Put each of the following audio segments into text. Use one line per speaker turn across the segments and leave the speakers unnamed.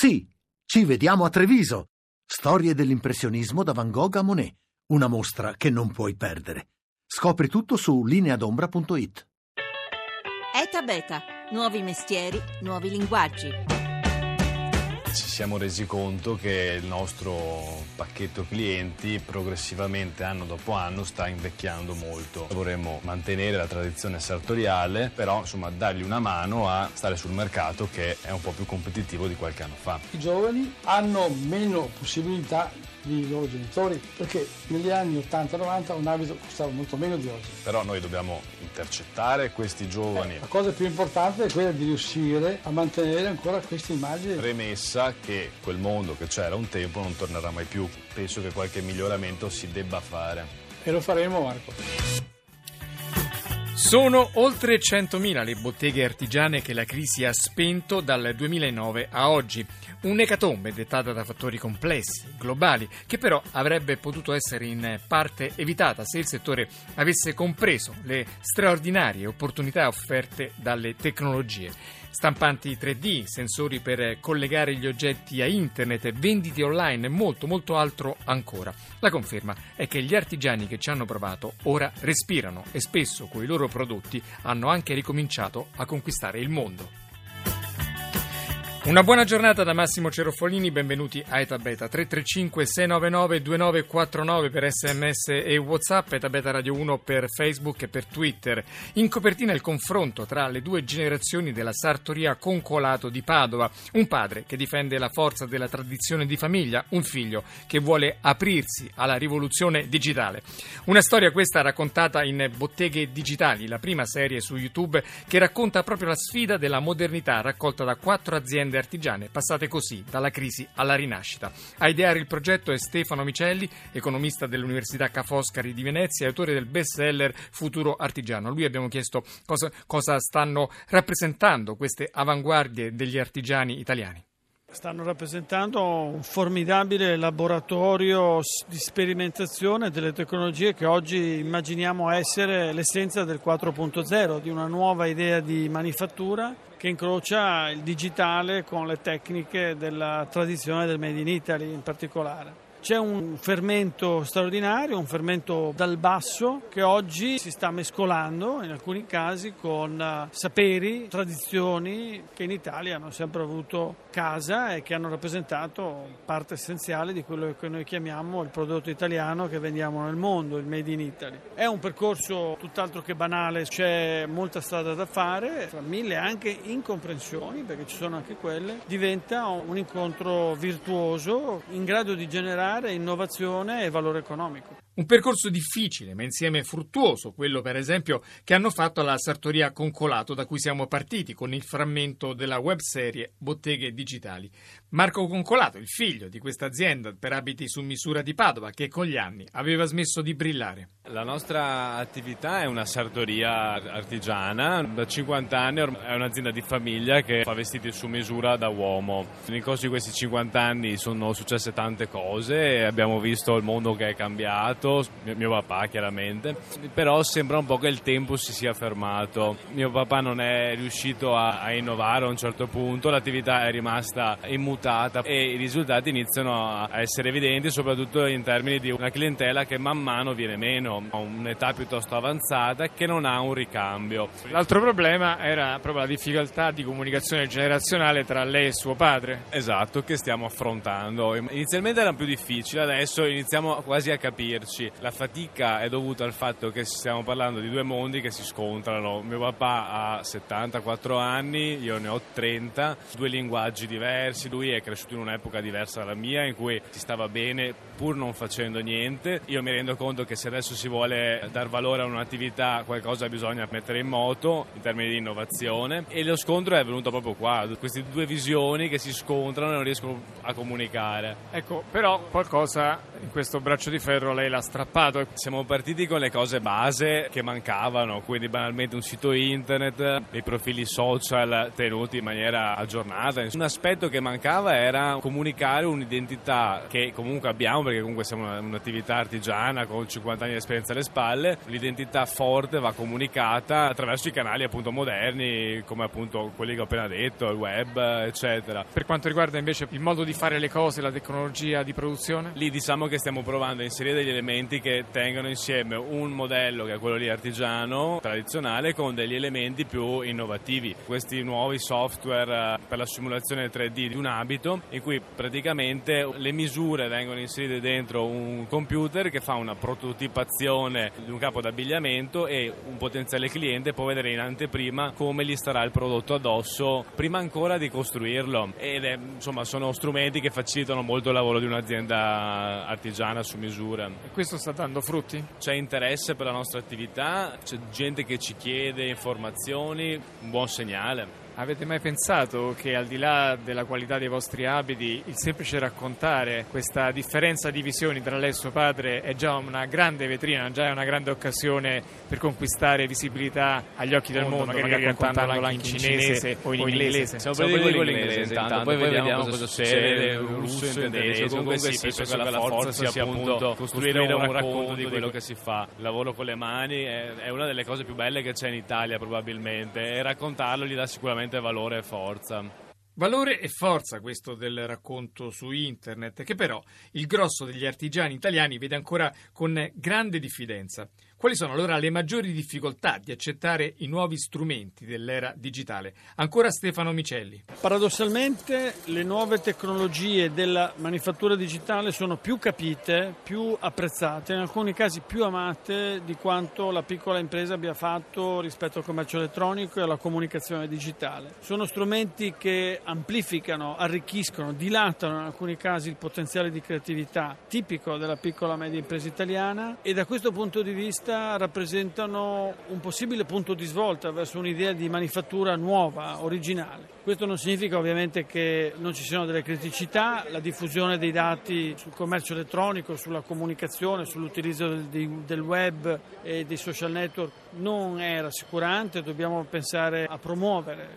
Sì, ci vediamo a Treviso. Storie dell'impressionismo da Van Gogh a Monet. Una mostra che non puoi perdere. Scopri tutto su lineadombra.it.
ETA Beta. Nuovi mestieri, nuovi linguaggi.
Ci siamo resi conto che il nostro pacchetto clienti progressivamente anno dopo anno sta invecchiando molto. Vorremmo mantenere la tradizione sartoriale, però insomma dargli una mano a stare sul mercato che è un po' più competitivo di qualche anno fa.
I giovani hanno meno possibilità di loro genitori, perché negli anni 80-90 un abito costava molto meno di oggi.
Però noi dobbiamo intercettare questi giovani.
La cosa più importante è quella di riuscire a mantenere ancora queste immagini.
Premessa che quel mondo che c'era un tempo non tornerà mai più. Penso che qualche miglioramento si debba fare.
E lo faremo, Marco.
Sono oltre 100.000 le botteghe artigiane che la crisi ha spento dal 2009 a oggi. Un'ecatombe dettata da fattori complessi, globali, che però avrebbe potuto essere in parte evitata se il settore avesse compreso le straordinarie opportunità offerte dalle tecnologie. Stampanti 3D, sensori per collegare gli oggetti a internet, vendite online e molto altro ancora. La conferma è che gli artigiani che ci hanno provato ora respirano e spesso con i loro prodotti hanno anche ricominciato a conquistare il mondo. Una buona giornata da Massimo Cerofolini, benvenuti a ETA Beta. 335-699-2949 per SMS e WhatsApp, ETA Beta Radio 1 per Facebook e per Twitter. In copertina il confronto tra le due generazioni della sartoria Concolato di Padova. Un padre che difende la forza della tradizione di famiglia, un figlio che vuole aprirsi alla rivoluzione digitale. Una storia questa raccontata in Botteghe Digitali, la prima serie su YouTube che racconta proprio la sfida della modernità raccolta da 4 aziende artigiane passate così dalla crisi alla rinascita. A ideare il progetto è Stefano Micelli, economista dell'Università Ca' Foscari di Venezia e autore del bestseller Futuro Artigiano. A lui abbiamo chiesto cosa stanno rappresentando queste avanguardie degli artigiani italiani.
Stanno rappresentando un formidabile laboratorio di sperimentazione delle tecnologie che oggi immaginiamo essere l'essenza del 4.0, di una nuova idea di manifattura che incrocia il digitale con le tecniche della tradizione del Made in Italy in particolare. C'è un fermento straordinario, un fermento dal basso che oggi si sta mescolando in alcuni casi con saperi, tradizioni che in Italia hanno sempre avuto casa e che hanno rappresentato parte essenziale di quello che noi chiamiamo il prodotto italiano che vendiamo nel mondo, il Made in Italy. È un percorso tutt'altro che banale, c'è molta strada da fare, fra mille anche incomprensioni, perché ci sono anche quelle. Diventa un incontro virtuoso in grado di generare innovazione e valore economico.
Un percorso difficile, ma insieme fruttuoso, quello per esempio che hanno fatto alla sartoria Concolato, da cui siamo partiti con il frammento della webserie Botteghe Digitali. Marco Concolato, il figlio di questa azienda per abiti su misura di Padova, che con gli anni aveva smesso di brillare.
La nostra attività è una sartoria artigiana, da 50 anni è un'azienda di famiglia che fa vestiti su misura da uomo. Nel corso di questi 50 anni sono successe tante cose, abbiamo visto il mondo che è cambiato, mio papà chiaramente, però sembra un po' che il tempo si sia fermato. Mio papà non è riuscito a innovare a un certo punto, l'attività è rimasta immutata e i risultati iniziano a essere evidenti, soprattutto in termini di una clientela che man mano viene meno, a un'età piuttosto avanzata che non ha un ricambio.
L'altro problema era proprio la difficoltà di comunicazione generazionale tra lei e suo padre.
Esatto, che stiamo affrontando. Inizialmente era più difficile, adesso iniziamo quasi a capirci. La fatica è dovuta al fatto che stiamo parlando di due mondi che si scontrano. Mio papà ha 74 anni, io ne ho 30, due linguaggi diversi, lui è cresciuto in un'epoca diversa dalla mia in cui si stava bene pur non facendo niente. Io mi rendo conto che se adesso si vuole dar valore a un'attività qualcosa bisogna mettere in moto in termini di innovazione e lo scontro è venuto proprio qua, queste due visioni che si scontrano e non riescono a comunicare.
Ecco, però qualcosa in questo braccio di ferro lei l'ha strappato.
Siamo partiti con le cose base che mancavano, quindi banalmente un sito internet, dei profili social tenuti in maniera aggiornata. Un aspetto che mancava era comunicare un'identità che comunque abbiamo, perché comunque siamo un'attività artigiana con 50 anni di esperienza alle spalle. L'identità forte va comunicata attraverso i canali appunto moderni, come appunto quelli che ho appena detto, il web, eccetera.
Per quanto riguarda invece il modo di fare le cose, la tecnologia di produzione?
Lì diciamo che stiamo provando a inserire degli elementi che tengano insieme un modello che è quello lì artigiano, tradizionale, con degli elementi più innovativi. Questi nuovi software per la simulazione 3D di un abito, in cui praticamente le misure vengono inserite dentro un computer che fa una prototipazione di un capo d'abbigliamento e un potenziale cliente può vedere in anteprima come gli starà il prodotto addosso prima ancora di costruirlo. Insomma, sono strumenti che facilitano molto il lavoro di un'azienda artigiana su misura.
E questo sta dando frutti?
C'è interesse per la nostra attività, c'è gente che ci chiede informazioni, un buon segnale.
Avete mai pensato che al di là della qualità dei vostri abiti, il semplice raccontare questa differenza di visioni tra lei e suo padre è già una grande vetrina, già è una grande occasione per conquistare visibilità agli occhi del mondo, magari raccontandola anche in cinese o in inglese?
Siamo partiti con l'inglese intanto, poi vediamo cosa succede, il russo, il tedesco, comunque sì, penso che la forza sia appunto costruire un racconto di quello che si fa. Il lavoro con le mani è una delle cose più belle che c'è in Italia probabilmente, e raccontarlo gli dà sicuramente valore e forza.
Valore e forza questo del racconto su internet, che però il grosso degli artigiani italiani vede ancora con grande diffidenza. Quali sono allora le maggiori difficoltà di accettare i nuovi strumenti dell'era digitale? Ancora Stefano Micelli.
Paradossalmente le nuove tecnologie della manifattura digitale sono più capite, più apprezzate, in alcuni casi più amate di quanto la piccola impresa abbia fatto rispetto al commercio elettronico e alla comunicazione digitale. Sono strumenti che amplificano, arricchiscono, dilatano in alcuni casi il potenziale di creatività tipico della piccola e media impresa italiana, e da questo punto di vista rappresentano un possibile punto di svolta verso un'idea di manifattura nuova, originale. Questo non significa ovviamente che non ci siano delle criticità. La diffusione dei dati sul commercio elettronico, sulla comunicazione, sull'utilizzo del web e dei social network non è rassicurante, dobbiamo pensare a promuovere.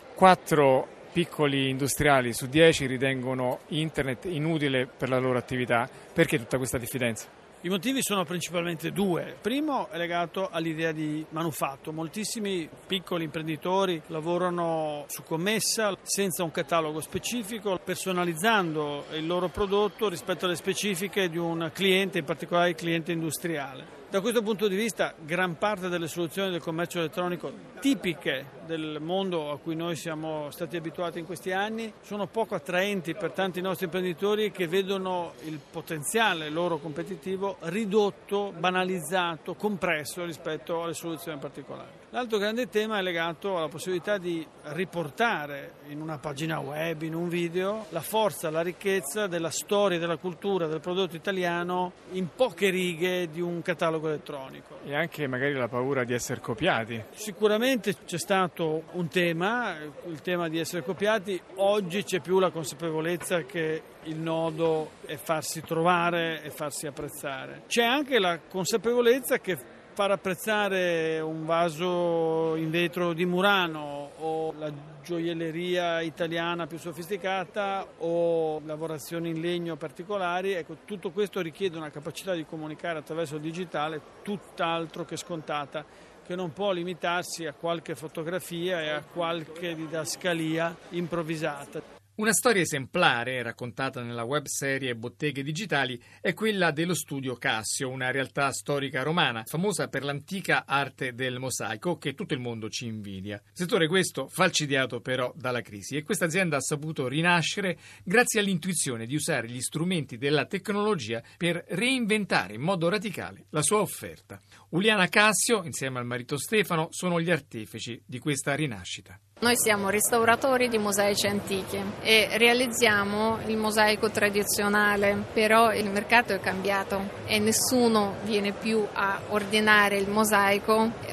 4 piccoli industriali su 10 ritengono internet inutile per la loro attività. Perché tutta questa diffidenza?
I motivi sono principalmente 2. Primo è legato all'idea di manufatto. Moltissimi piccoli imprenditori lavorano su commessa senza un catalogo specifico, personalizzando il loro prodotto rispetto alle specifiche di un cliente, in particolare il cliente industriale. Da questo punto di vista, gran parte delle soluzioni del commercio elettronico tipiche del mondo a cui noi siamo stati abituati in questi anni sono poco attraenti per tanti nostri imprenditori che vedono il potenziale loro competitivo ridotto, banalizzato, compresso rispetto alle soluzioni particolari. L'altro grande tema è legato alla possibilità di riportare in una pagina web, in un video, la forza, la ricchezza della storia, della cultura, del prodotto italiano in poche righe di un catalogo elettronico.
E anche magari la paura di essere copiati.
Sicuramente c'è stato un tema, il tema di essere copiati. Oggi c'è più la consapevolezza che il nodo è farsi trovare e farsi apprezzare. C'è anche la consapevolezza che far apprezzare un vaso in vetro di Murano o la gioielleria italiana più sofisticata o lavorazioni in legno particolari, ecco, tutto questo richiede una capacità di comunicare attraverso il digitale tutt'altro che scontata, che non può limitarsi a qualche fotografia e a qualche didascalia improvvisata.
Una storia esemplare, raccontata nella webserie Botteghe Digitali, è quella dello studio Cassio, una realtà storica romana, famosa per l'antica arte del mosaico che tutto il mondo ci invidia. Settore questo falcidiato però dalla crisi, e questa azienda ha saputo rinascere grazie all'intuizione di usare gli strumenti della tecnologia per reinventare in modo radicale la sua offerta. Uliana Cassio, insieme al marito Stefano, sono gli artefici di questa rinascita.
Noi siamo restauratori di mosaici antichi e realizziamo il mosaico tradizionale, però il mercato è cambiato e nessuno viene più a ordinare il mosaico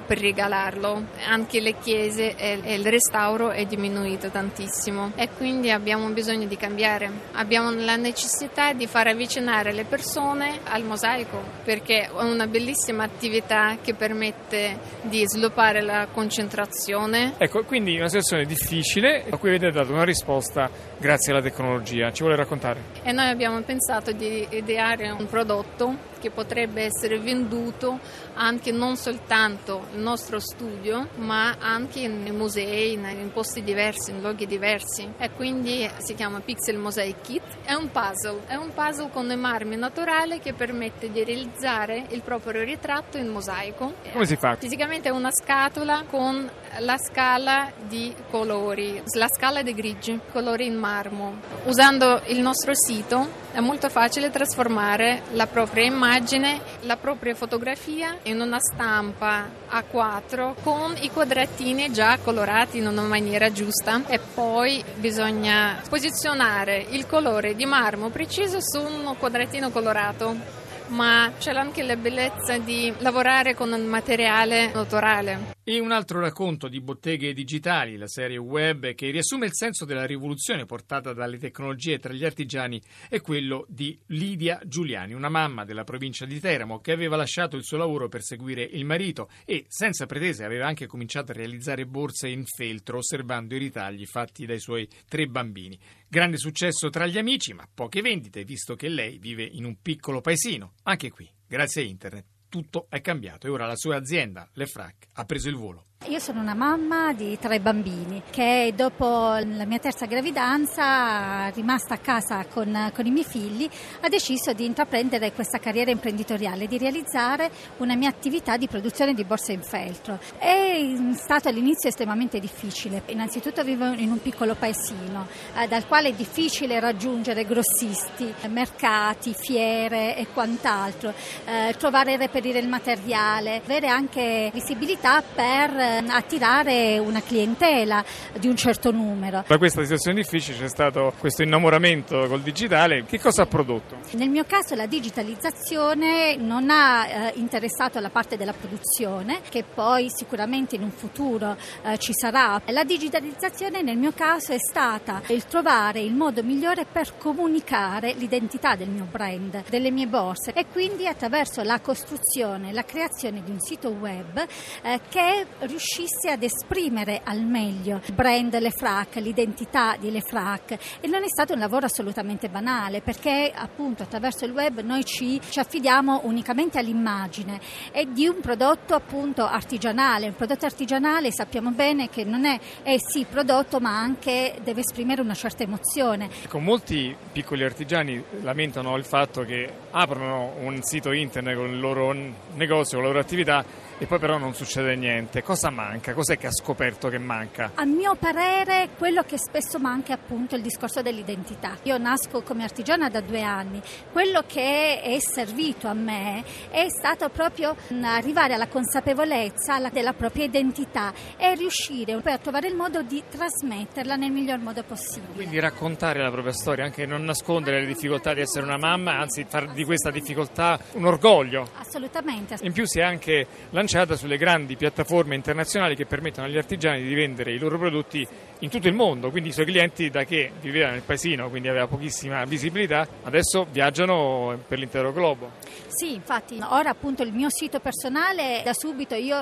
per regalarlo. Anche le chiese e il restauro è diminuito tantissimo e quindi abbiamo bisogno di cambiare. Abbiamo la necessità di far avvicinare le persone al mosaico, perché è una bellissima attività che permette di sviluppare la concentrazione.
Ecco, quindi una situazione difficile a cui avete dato una risposta grazie alla tecnologia. Ci vuole raccontare?
E noi abbiamo pensato di ideare un prodotto che potrebbe essere venduto anche non soltanto nel nostro studio, ma anche nei musei, in posti diversi, in luoghi diversi. E quindi si chiama Pixel Mosaic Kit. È un puzzle con i marmi naturali che permette di realizzare il proprio ritratto in mosaico.
Come si fa?
Fisicamente è una scatola con la scala di colori, la scala dei grigi, colori in marmo. Usando il nostro sito è molto facile trasformare la propria immagine, la propria fotografia in una stampa A4 con i quadratini già colorati in una maniera giusta, e poi bisogna posizionare il colore di marmo preciso su un quadratino colorato. Ma c'è anche la bellezza di lavorare con un materiale naturale.
E un altro racconto di Botteghe Digitali, la serie web che riassume il senso della rivoluzione portata dalle tecnologie tra gli artigiani, è quello di Lidia Giuliani, una mamma della provincia di Teramo che aveva lasciato il suo lavoro per seguire il marito e, senza pretese, aveva anche cominciato a realizzare borse in feltro osservando i ritagli fatti dai suoi 3 bambini. Grande successo tra gli amici, ma poche vendite, visto che lei vive in un piccolo paesino. Anche qui, grazie a internet, tutto è cambiato e ora la sua azienda, Le Frac, ha preso il volo.
Io sono una mamma di 3 bambini che dopo la mia terza gravidanza, rimasta a casa con i miei figli, ha deciso di intraprendere questa carriera imprenditoriale, di realizzare una mia attività di produzione di borse in feltro. È stato all'inizio estremamente difficile. Innanzitutto vivo in un piccolo paesino dal quale è difficile raggiungere grossisti, mercati, fiere e quant'altro, trovare e reperire il materiale, avere anche visibilità per attirare una clientela di un certo numero.
Da questa situazione difficile c'è stato questo innamoramento col digitale. Che cosa ha prodotto?
Nel mio caso la digitalizzazione non ha interessato la parte della produzione, che poi sicuramente in un futuro ci sarà. La digitalizzazione nel mio caso è stata il trovare il modo migliore per comunicare l'identità del mio brand, delle mie borse, e quindi attraverso la costruzione, la creazione di un sito web che riuscisse ad esprimere al meglio il brand Le Frac, l'identità di Le Frac. E non è stato un lavoro assolutamente banale, perché appunto attraverso il web noi ci affidiamo unicamente all'immagine e di un prodotto appunto artigianale. Un prodotto artigianale sappiamo bene che non è sì prodotto, ma anche deve esprimere una certa emozione.
Con molti piccoli artigiani lamentano il fatto che aprono un sito internet con il loro negozio, con la loro attività, e poi però non succede niente. Cosa manca? Cos'è che ha scoperto che manca?
A mio parere quello che spesso manca è appunto il discorso dell'identità. Io nasco come artigiana da 2 anni. Quello che è servito a me è stato proprio arrivare alla consapevolezza della propria identità e riuscire poi a trovare il modo di trasmetterla nel miglior modo possibile.
Quindi raccontare la propria storia, anche non nascondere le difficoltà di essere una mamma, anzi far di questa difficoltà un orgoglio.
Assolutamente.
In più si è anche lanciata sulle grandi piattaforme internazionali che permettono agli artigiani di vendere i loro prodotti in tutto il mondo, quindi i suoi clienti, da che viveva nel paesino, quindi aveva pochissima visibilità, adesso viaggiano per l'intero globo.
Sì, infatti ora appunto il mio sito personale, da subito io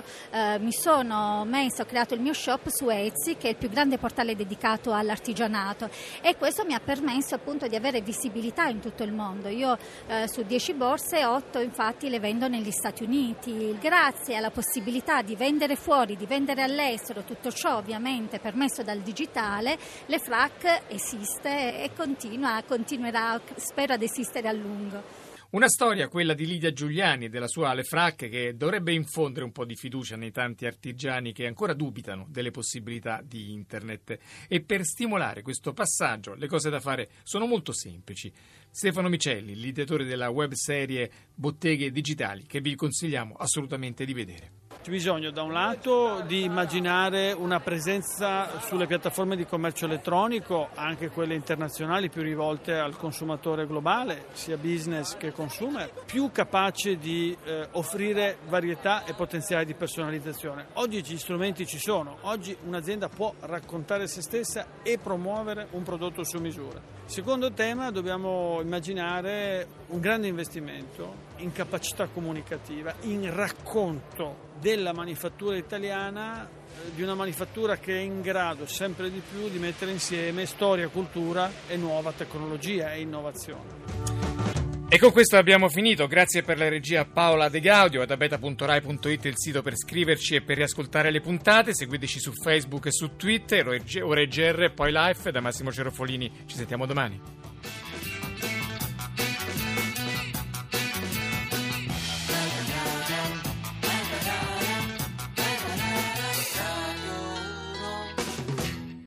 ho creato il mio shop su Etsy, che è il più grande portale dedicato all'artigianato, e questo mi ha permesso appunto di avere visibilità in tutto il mondo. Io su 10 borse 8 infatti le vendo negli Stati Uniti. Grazie alla possibilità di vendere fuori, di vendere all'estero, tutto ciò ovviamente permesso dal digitale, Le Frac esiste e continuerà, spero, ad esistere a lungo.
Una storia, quella di Lidia Giuliani e della sua Le Frac, che dovrebbe infondere un po' di fiducia nei tanti artigiani che ancora dubitano delle possibilità di internet. E per stimolare questo passaggio le cose da fare sono molto semplici. Stefano Micelli, l'ideatore della webserie Botteghe Digitali, che vi consigliamo assolutamente di vedere.
C'è bisogno da un lato di immaginare una presenza sulle piattaforme di commercio elettronico, anche quelle internazionali più rivolte al consumatore globale, sia business che consumer, più capace di offrire varietà e potenziale di personalizzazione. Oggi gli strumenti ci sono, oggi un'azienda può raccontare se stessa e promuovere un prodotto su misura. Secondo tema, dobbiamo immaginare un grande investimento in capacità comunicativa, in racconto della manifattura italiana, di una manifattura che è in grado sempre di più di mettere insieme storia, cultura e nuova tecnologia e innovazione.
E con questo abbiamo finito. Grazie per la regia Paola De Gaudio. Etabeta.rai.it è il sito per scriverci e per riascoltare le puntate. Seguiteci su Facebook e su Twitter. Ora è GR, poi Live. Da Massimo Cerofolini ci sentiamo domani.